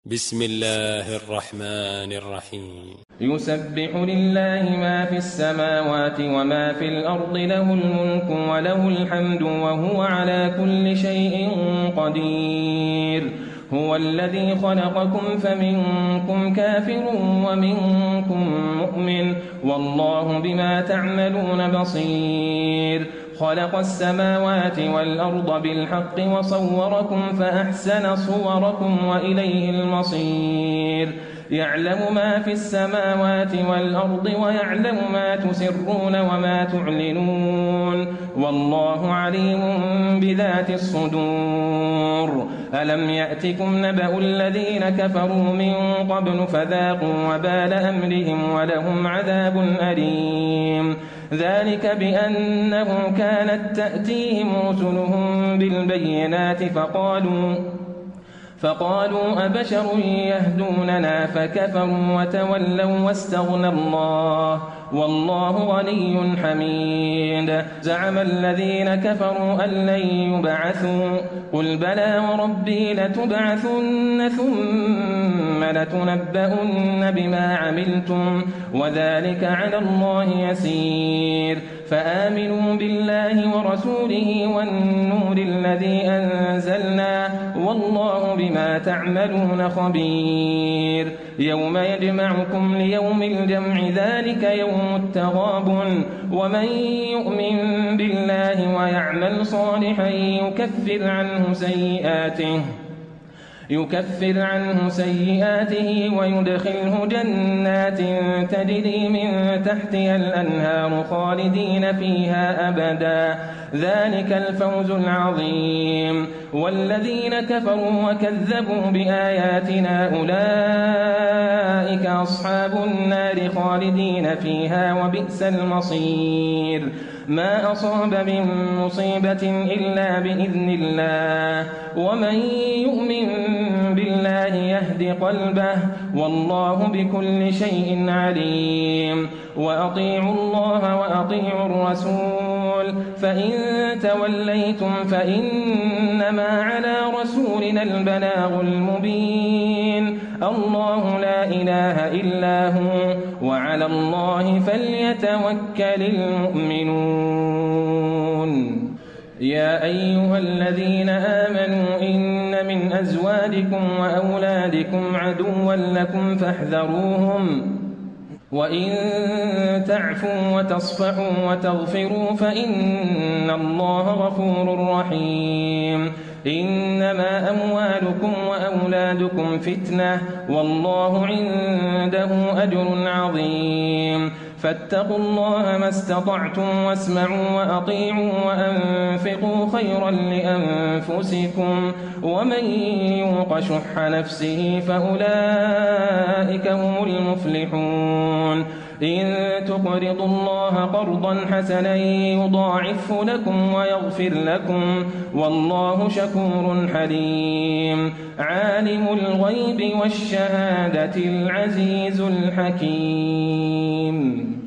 بسم الله الرحمن الرحيم. يسبح لله ما في السماوات وما في الأرض، له الملك وله الحمد وهو على كل شيء قدير. هو الذي خلقكم فمنكم كافر ومنكم مؤمن، والله بما تعملون بصير. خلق السماوات والأرض بالحق وصوركم فأحسن صوركم وإليه المصير. يعلم ما في السماوات والأرض ويعلم ما تسرون وما تعلنون، والله عليم بذات الصدور. ألم يأتكم نبأ الذين كفروا من قبل فذاقوا وبال أمرهم ولهم عذاب أليم. ذلك بأنه كانت تأتيهم رسلهم بالبينات فقالوا أبشر يهدوننا فكفروا وتولوا واستغنى الله، والله غني حميد. زعم الذين كفروا أن لن يبعثوا، قل بلى وربي لتبعثن ثم لتنبؤن بما عملتم وذلك على الله يسير. فآمنوا بالله ورسوله والنور الذي أنزلنا، والله بما تعملون خبير. يوم يجمعكم ليوم الجمع، ذلك يوم التغابن. ومن يؤمن بالله ويعمل صالحا يكفر عنه سيئاته ويدخله جنات تجري من تحتها الأنهار خالدين فيها أبدا، ذلك الفوز العظيم. والذين كفروا وكذبوا بآياتنا أولئك أصحاب النار خالدين فيها وبئس المصير. ما أصاب من مصيبة إلا بإذن الله، ومن يؤمن بالله يهد قلبه، والله بكل شيء عليم. وأطيعوا الله وأطيعوا الرسول، فإن توليتم فإنما على رسولنا البلاغ المبين. الله لا إله إلا هو، وعلى الله فليتوكل المؤمنون. يا أيها الذين آمنوا إن من أزواجكم وأولادكم عدوا لكم فاحذروهم، وإن تعفوا وتصفحوا وتغفروا فإن الله غفور رحيم. إنما أموالكم وأولادكم فتنة، والله عنده أجر عظيم. فاتقوا الله ما استطعتم واسمعوا وأطيعوا وأنفقوا خيرا لأنفسكم، ومن يوق شح نفسه فأولئك هم المفلحون. إن تقرضوا الله قرضا حسنا يضاعفه لكم ويغفر لكم، والله شكور حليم. عالم الغيب والشهادة العزيز الحكيم.